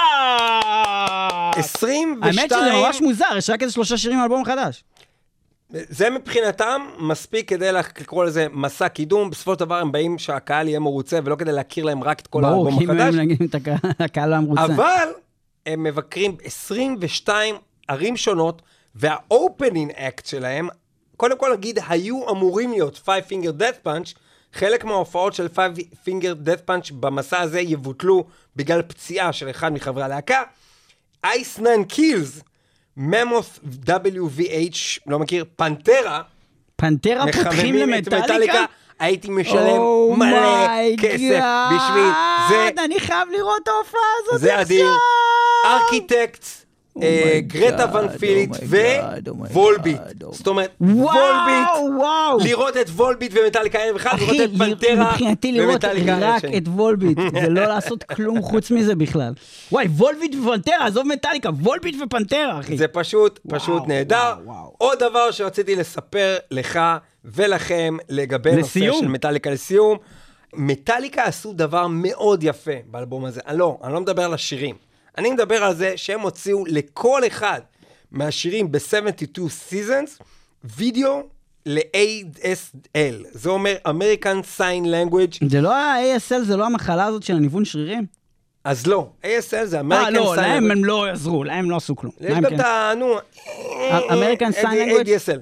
עשרים ושתיים... האמת שזה ממש מוזר, יש רק איזה שלושה שירים לאלבום החדש. זה מבחינתם מספיק כדי לקרוא לזה מסע קידום. בסופו של דבר הם באים שהקהל יהיה מרוצה, ולא כדי להכיר להם רק את כל האלבום החדש. ברור, כי הם נגיד את הקהל לא מרוצה. אבל הם מבקרים עשרים ושתיים ערים שונות, והאופנינג אקט שלהם, קודם כל נגיד, היו אמורים להיות Five Finger Death Punch. חלק מההופעות של Five Finger Death Punch במסע הזה יבוטלו בגלל פציעה של אחד מחברי הלהקה. Ice Nine Kills, Mammoth W V H, לא מכיר, פנטרה. פנטרה פותחים למטאליקה? הייתי משלם מלא כסף בשביל זה. אני חייב לראות את ההופעה הזאת. זה אדיר. ארכיטקטס. גרטה ון פילית ווולביט. זאת אומרת, וולביט, לראות את וולביט ומטאליקה ערב אחד, לראות את פנטרה מבחינתי לראות רק את וולביט, זה לא לעשות כלום חוץ מזה בכלל. וואי, וולביט ופנטרה, עזוב מטאליקה, וולביט ופנטרה, אחי. זה פשוט, פשוט נהדר. עוד דבר שרציתי לספר לך ולכם לגבי נושא של מטאליקה לסיום, מטאליקה עשו דבר מאוד יפה באלבום הזה. לא, אני לא מדבר על השירים. אני מדבר על זה שהם הוציאו לכל אחד מהשירים ב-שבעים ושתיים Seasons, וידאו ל-איי אס אל. זה אומר American Sign Language. זה לא ה-איי אס אל, זה לא המחלה הזאת של הניוון שרירים? אז לא, איי אס אל זה American Sign Language. אה, לא, להם Language. הם לא יעזרו, להם לא עשו כלום. יש גם את ה... נו... American Sign Language? איי די אס אל.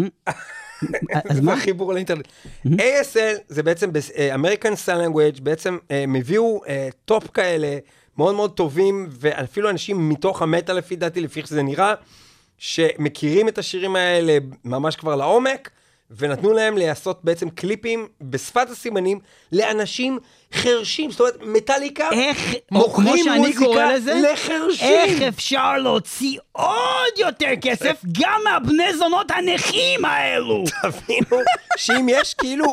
אז מה? זה חיבור לאינטרנט. איי אס אל זה בעצם, American Sign Language, בעצם הם הביאו טופ כאלה, מאוד מאוד טובים, ואפילו אנשים מתוך המטה לפי דעתי, לפי איך שזה נראה, שמכירים את השירים האלה ממש כבר לעומק, ונתנו להם לעשות בעצם קליפים בשפת הסימנים לאנשים חרשים. זאת אומרת, מטאליקה מוכרים מוזיקה לחרשים. איך אפשר להוציא עוד יותר כסף גם מהבני זונות הנכים האלו? תבינו שאם יש כאילו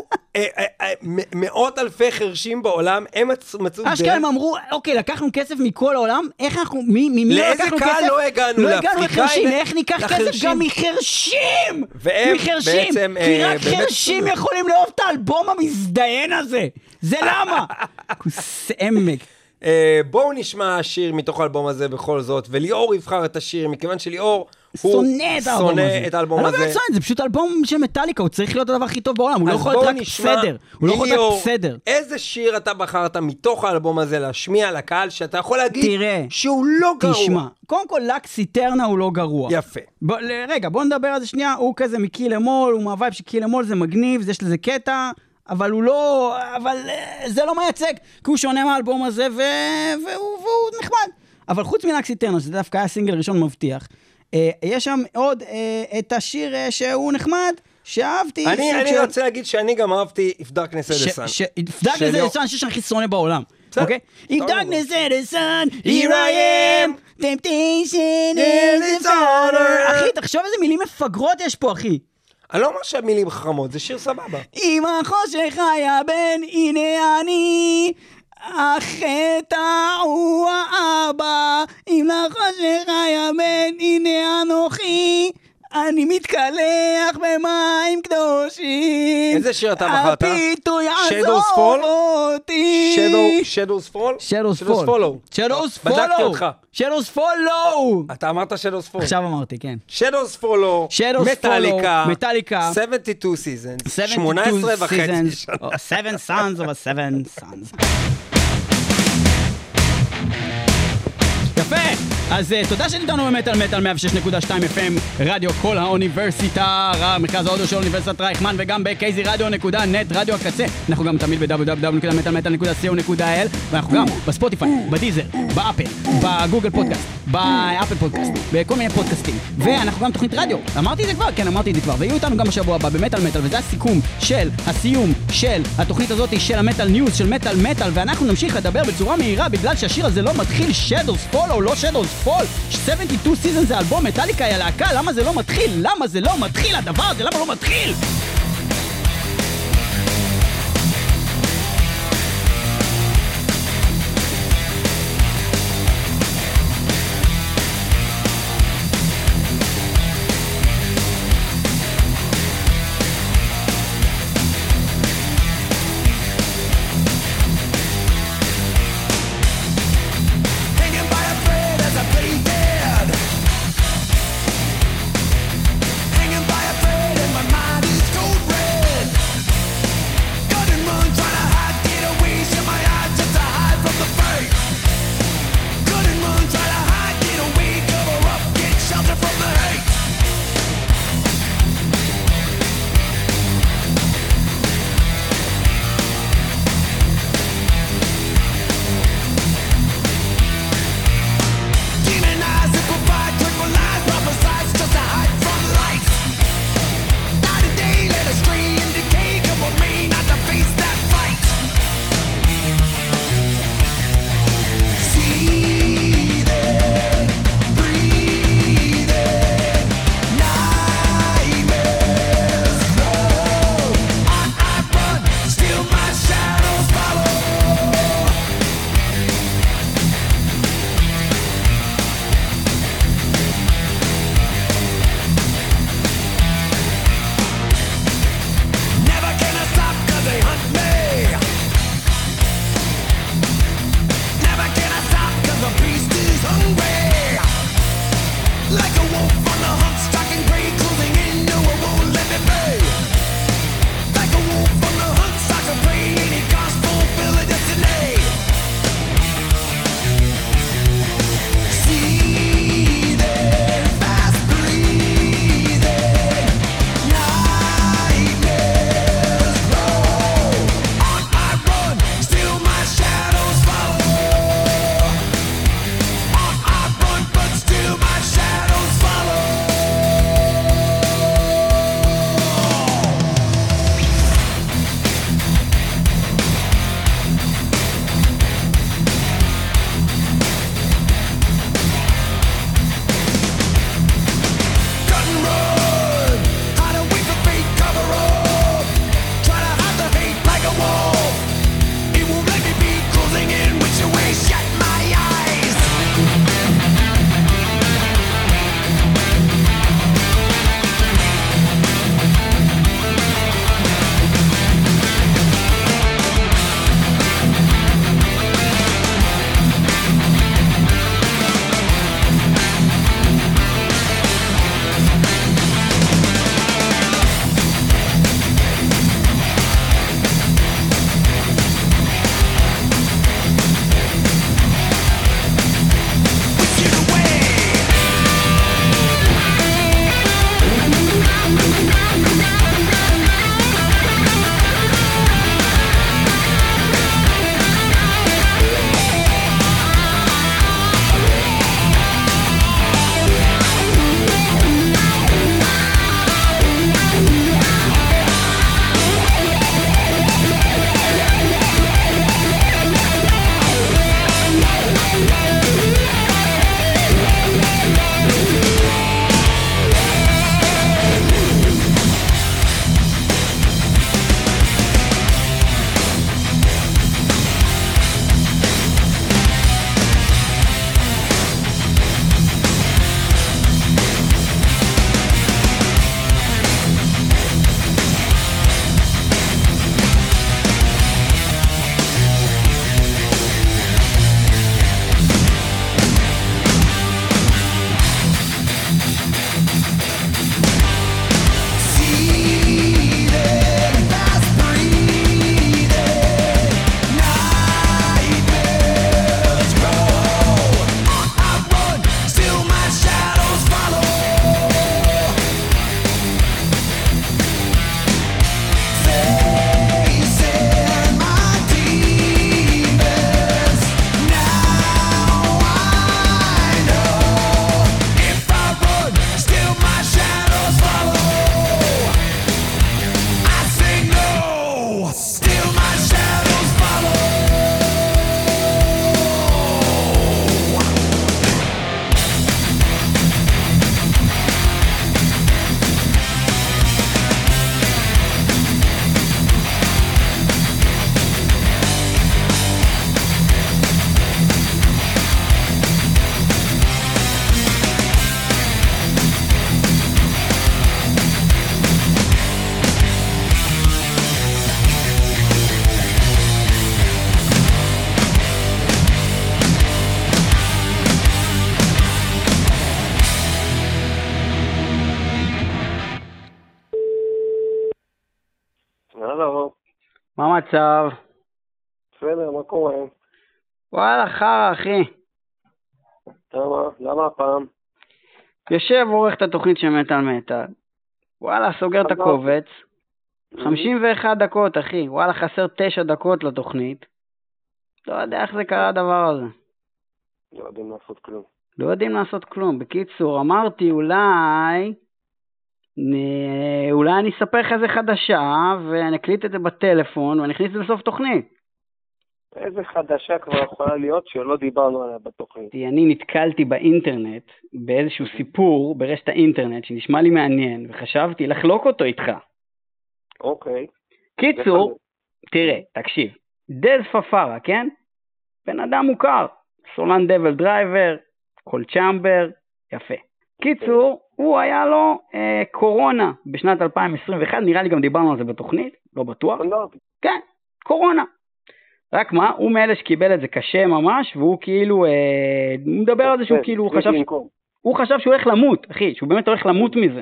מאות אלפי חרשים בעולם, הם מצאו דרך. אשכרה הם אמרו, אוקיי, לקחנו כסף מכל העולם, איך אנחנו, ממי לקחנו כסף? לאיזה קהל לא הגענו? לא הגענו לחרשים, איך ניקח כסף גם מחרשים? והם בעצם... כי רק חרשים יכולים לאהוב את האלבום המזדיין הזה. זה למה? כוס עמק. בואו נשמע שיר מתוך האלבום הזה בכל זאת, וליאור יבחר את השיר, מכיוון שליאור הוא שונא את האלבום הזה. אני לא באמת שונא, זה פשוט אלבום של מטאליקה, הוא צריך להיות הדבר הכי טוב בעולם, הוא לא יכול להיות רק בסדר. הוא לא יכול להיות רק בסדר. איזה שיר אתה בחרת מתוך האלבום הזה להשמיע לקהל, שאתה יכול להגיד שהוא לא גרוע? תשמע, קודם כל לקס איטרנה הוא לא גרוע. יפה. רגע, בוא נדבר על זה שנייה, הוא כזה מקיל אמול, הוא מהווייב שקיל אמול זה מגניב, יש לזה קטע, אבל הוא לא, אבל זה לא מייצג, כי הוא שונה מהאלבום הזה, ו... והוא, והוא נחמד. אבל חוץ מלקס איטרנה, שזה דווקא היה סינגל ראשון מבטיח, יש שם עוד את השיר שהוא נחמד, שאהבתי. אני, אני של... רוצה להגיד שאני גם אהבתי If Darkness Had a Sun. ש... If Darkness Had a Sun, שיר שהכי שונא בעולם. אוקיי? If Darkness Had a Sun, here I am, temptation is a honor. אחי, תחשוב איזה מילים מפגרות יש פה, אחי. אני לא אומר שהמילים חכמות, זה שיר סבבה. אם החושך היה בן, הנה אני, החטא הוא האבא. אם לחושך היה בן, הנה אנוכי, אני מתקלח במים קדושים. איזה שיר אתה בחרת? הפיתוי Shadows יעזוב Fall? אותי. Shadow, Shadows Fall? Shadows Shadows Fall. Follow. Shadows בדקתי Follow. אותך. Shadows Follow. אתה אמרת Shadows Fall. עכשיו אמרתי, כן. Shadows Follow. Shadows מטאליקה. Follow. מטאליקה. שבעים ושתיים seasons. seventy-two שמונה עשרה וחצי seasons. שנה. Oh, seven sons of a seven sons. יפה, אז uh, תודה שניתנו במטל מטל מאה ושש נקודה שתיים אף אם, רדיו כל האוניברסיטה, מרכז האודיו של אוניברסיטת רייכמן, וגם ב-קייזי רדיו נקודה נט, רדיו הקצה. אנחנו גם תמיד ב-דאבליו דאבליו דאבליו נקודה מטל מטל נקודה סי או נקודה איי אל, ואנחנו גם בספוטיפיי, בדיזר, באפל, בגוגל פודקאסט, באפל פודקאסט, בכל מיני פודקאסטים. ואנחנו גם תוכנית רדיו. אמרתי את זה כבר? כן, אמרתי את זה כבר. ויהיו איתנו גם בשבוע הבא במטל מטל, וזה הסיכום של הסיום של התוכנית הזאת של המטל ניוז, של מטל מטל, ואנחנו נמשיך לדבר בצורה מהירה בגלל שהשיר הזה לא מתחיל. Shadows Fall או לא Shadows Fall, שבעים ושתיים seasons זה אלבום מטאליקה, היא הלהקה. למה זה לא מתחיל? למה זה לא מתחיל הדבר הזה? למה לא מתחיל? Hanging by a thread and my mind is cold. המצב? בסדר, מה קורה? וואלה, חרא, אחי. למה? למה הפעם? יושב עורך את התוכנית של מטל מטל. וואלה, סוגר את הקובץ. חמישים ואחת דקות, אחי. וואלה, חסר תשע דקות לתוכנית. לא יודע איך זה קרה הדבר הזה. לא יודעים לעשות כלום. לא יודעים לעשות כלום. בקיצור, אמרתי אולי... אולי אני אספר לך איזה חדשה, ונקליט את זה בטלפון, ואני אכניס את זה בסוף תוכנית. איזה חדשה כבר יכולה להיות שלא דיברנו עליה בתוכנית? אני נתקלתי באינטרנט, באיזשהו סיפור ברשת האינטרנט, שנשמע לי מעניין, וחשבתי לחלוק אותו איתך. אוקיי. קיצור, תראה, תקשיב, דז פפרה, כן? בן אדם מוכר, סולן דבל דרייבר, קול צ'מבר, יפה. קיצור, הוא היה לו אה, קורונה בשנת אלפיים עשרים ואחת, נראה לי גם דיברנו על זה בתוכנית, לא בטוח. כן, קורונה. רק מה, הוא מאלה שקיבל את זה קשה ממש, והוא כאילו, אה, הוא מדבר על זה שהוא כאילו, הוא חשב, הוא חשב שהוא הולך למות, אחי, שהוא באמת הולך למות מזה.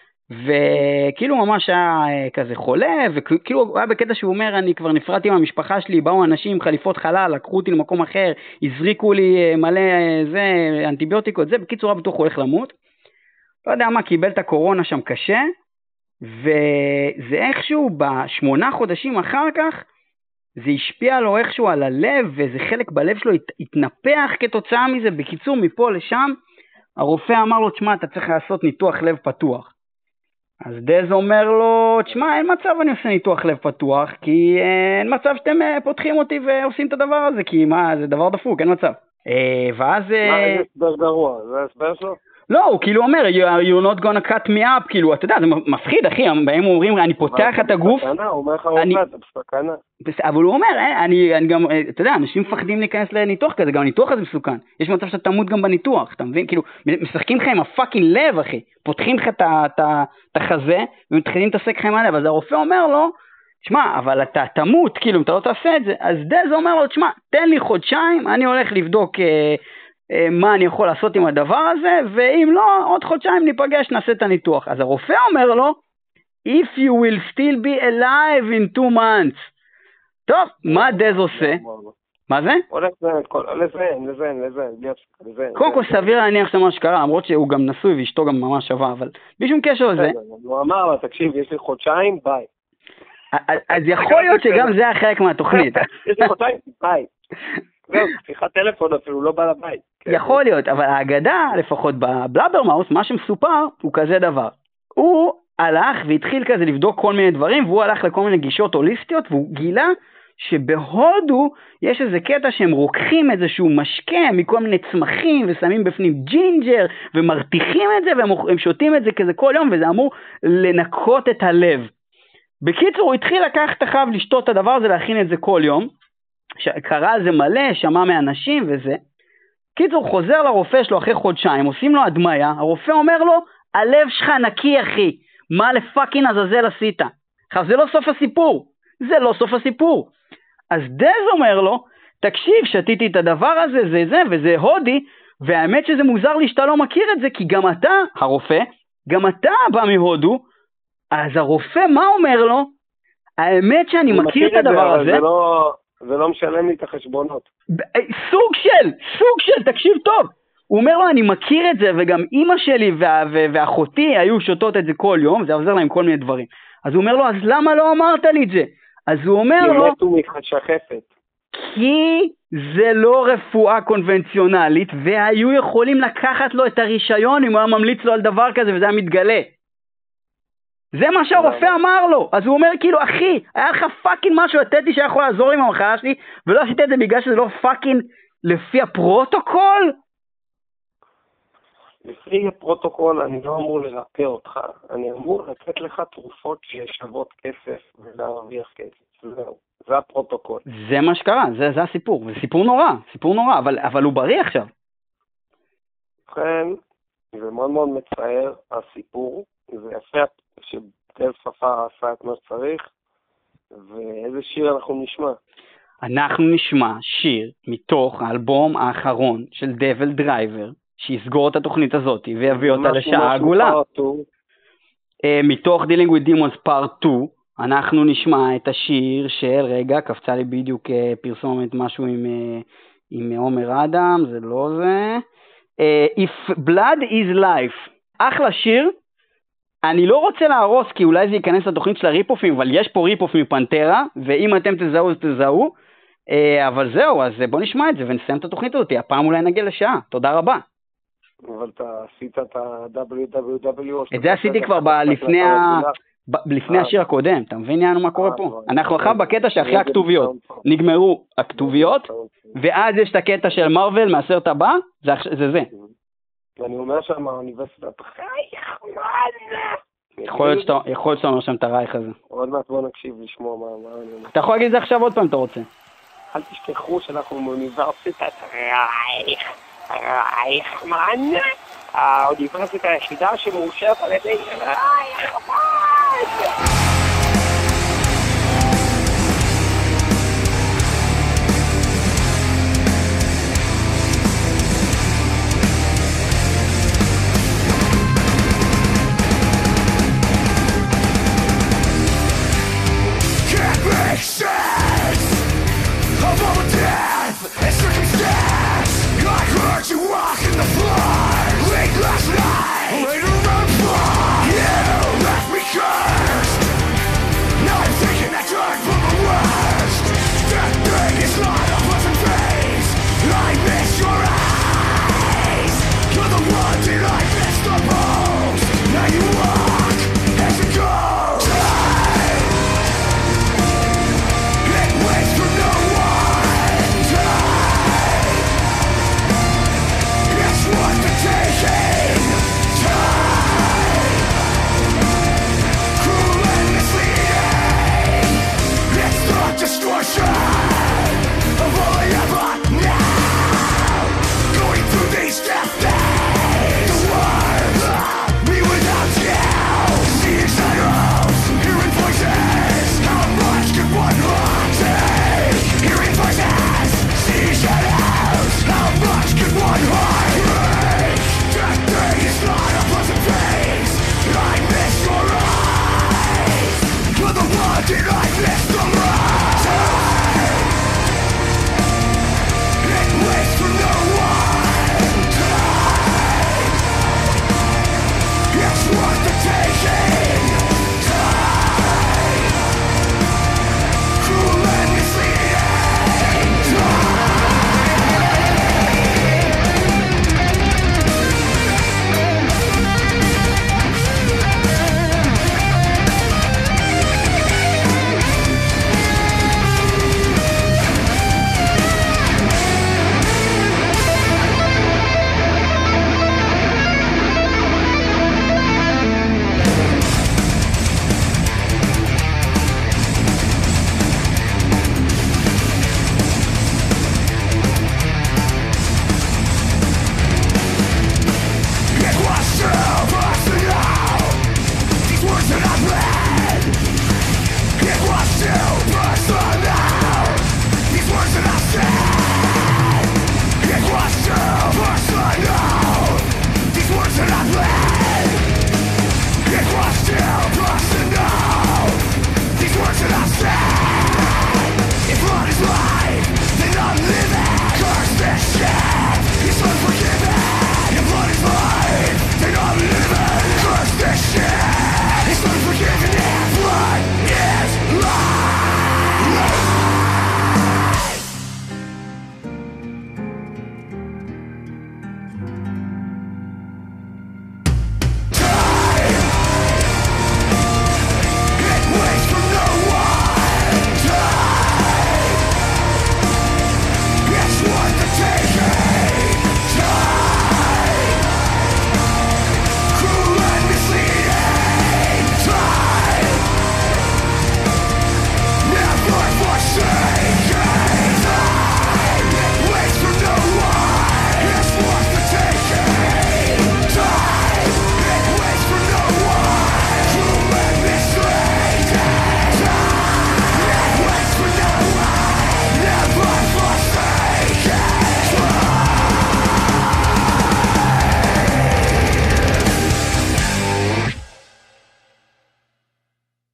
וכאילו ממש היה אה, כזה חולה, וכאילו הוא היה בקטע שהוא אומר, אני כבר נפרדתי עם המשפחה שלי, באו אנשים, חליפות חלל, לקחו אותי למקום אחר, הזריקו לי אה, מלא אה, זה, אנטיביוטיקות, זה, בקיצור היה בטוח הוא הולך למות. לא יודע מה, קיבל את הקורונה שם קשה, וזה איכשהו בשמונה חודשים אחר כך, זה השפיע לו איכשהו על הלב, ואיזה חלק בלב שלו הת, התנפח כתוצאה מזה. בקיצור, מפה לשם, הרופא אמר לו, תשמע, אתה צריך לעשות ניתוח לב פתוח. אז דז אומר לו, תשמע, אין מצב אני עושה ניתוח לב פתוח, כי אין מצב שאתם פותחים אותי ועושים את הדבר הזה, כי מה, זה דבר דפוק, אין מצב. ואז... מה, איזה הסבר גרוע? זה ההסבר שלו? לא, הוא כאילו אומר, you're not gonna cut me up, כאילו, אתה יודע, זה מפחיד, אחי, בהם אומרים, אני פותח את הגוף. הוא אומר לך, אתה בסכנה. אבל הוא אומר, אני גם, אתה יודע, אנשים מפחדים להיכנס לניתוח כזה, גם הניתוח הזה מסוכן. יש מצב שאתה תמות גם בניתוח, אתה מבין? כאילו, משחקים לך עם הפאקינג לב, אחי. פותחים לך את החזה, ומתחילים להתעסק לך עם הלב. אז הרופא אומר לו, שמע, אבל אתה תמות, כאילו, אם אתה לא תעשה את זה. אז דז אומר לו, שמע, תן לי חודשיים, אני הולך לבדוק מה אני יכול לעשות עם הדבר הזה, ואם לא, עוד חודשיים ניפגש, נעשה את הניתוח. אז הרופא אומר לו, if you will still be alive in two months. טוב, מה דז עושה? מה זה? הולך לזיין, לזיין, לזיין. קודם כל סביר להניח שזה מה שקרה, למרות שהוא גם נשוי ואשתו גם ממש שווה, אבל בלי שום קשר לזה. הוא אמר לה, תקשיב, יש לי חודשיים, ביי. אז יכול להיות שגם זה החלק מהתוכנית. יש לי חודשיים, ביי. זהו, שיחת טלפון אפילו, לא בא לבית. יכול להיות, אבל האגדה, לפחות בבלאברמאוס, מה שמסופר הוא כזה דבר. הוא הלך והתחיל כזה לבדוק כל מיני דברים, והוא הלך לכל מיני גישות הוליסטיות, והוא גילה שבהודו יש איזה קטע שהם רוקחים איזשהו משקה מכל מיני צמחים, ושמים בפנים ג'ינג'ר, ומרתיחים את זה, והם שותים את זה כזה כל יום, וזה אמור לנקות את הלב. בקיצור, הוא התחיל לקחת אחריו לשתות את הדבר הזה, להכין את זה כל יום, קרא על זה מלא, שמע מאנשים וזה. קיצור, חוזר לרופא שלו אחרי חודשיים, עושים לו הדמיה, הרופא אומר לו, הלב שלך נקי אחי, מה לפאקינג עזאזל עשית? עכשיו זה לא סוף הסיפור, זה לא סוף הסיפור. אז דז אומר לו, תקשיב, שתיתי את הדבר הזה, זה זה וזה הודי, והאמת שזה מוזר לי שאתה לא מכיר את זה, כי גם אתה, הרופא, גם אתה בא מהודו, אז הרופא מה אומר לו? האמת שאני מכיר את הדבר הזה, זה לא... זה לא משלם לי את החשבונות. סוג של, סוג של, תקשיב טוב. הוא אומר לו, אני מכיר את זה, וגם אמא שלי וה, ואחותי היו שותות את זה כל יום, זה עוזר להם כל מיני דברים. אז הוא אומר לו, אז למה לא אמרת לי את זה? אז הוא אומר לו... כי מתו מחשחפת. כי זה לא רפואה קונבנציונלית, והיו יכולים לקחת לו את הרישיון אם הוא היה ממליץ לו על דבר כזה, וזה היה מתגלה. זה מה שהרופא אמר לו. אז הוא אומר כאילו, אחי, היה לך פאקינג משהו, לתתי שיכול לעזור עם המחלה שלי, ולא עשית את זה בגלל שזה לא פאקינג לפי הפרוטוקול? לפי הפרוטוקול אני לא אמור לרפא אותך, אני אמור לתת לך תרופות ששוות כסף ולהרוויח כסף. זהו, זה הפרוטוקול. זה מה שקרה, זה, זה הסיפור, זה סיפור נורא, סיפור נורא, אבל, אבל הוא בריא עכשיו. לכן, זה מאוד מאוד מצער הסיפור, זה יפה שדז פפרה עשה את מה שצריך, ואיזה שיר אנחנו נשמע? אנחנו נשמע שיר מתוך האלבום האחרון של דבל דרייבר, שיסגור את התוכנית הזאת ויביא אותה לשעה עגולה. מתוך Dealing with Demons Part שתיים, אנחנו נשמע את השיר של, רגע, קפצה לי בדיוק פרסומת משהו עם, עם עומר אדם, זה לא זה. If Blood is Life, אחלה שיר. אני לא רוצה להרוס, כי אולי זה ייכנס לתוכנית של הריפופים, אבל יש פה ריפוף מפנטרה, ואם אתם תזהו, אז תזהו. אבל זהו, אז בוא נשמע את זה ונסיים את התוכנית הזאת. הפעם אולי נגיע לשעה. תודה רבה. אבל אתה עשית את ה-דאבליו דאבליו דאבליו... את זה עשיתי כבר לפני ה... לפני השיר הקודם, אתה מבין יענו מה קורה פה? אנחנו עכשיו בקטע שאחרי הכתוביות, נגמרו הכתוביות, ואז יש את הקטע של מרוול מהסרט הבא, זה זה. ואני אומר שם האוניברסיטת רייך, מה זה? יכול להיות שאתה אומר שם את הרייך הזה. עוד מעט בוא נקשיב לשמוע מה אני אומר. אתה יכול להגיד את זה עכשיו עוד פעם אתה רוצה. אל תשכחו שאנחנו מאוניברסיטת רייך, רייך, מה זה? האוניברסיטה היחידה שמאושרת על ידי רייך, מה זה?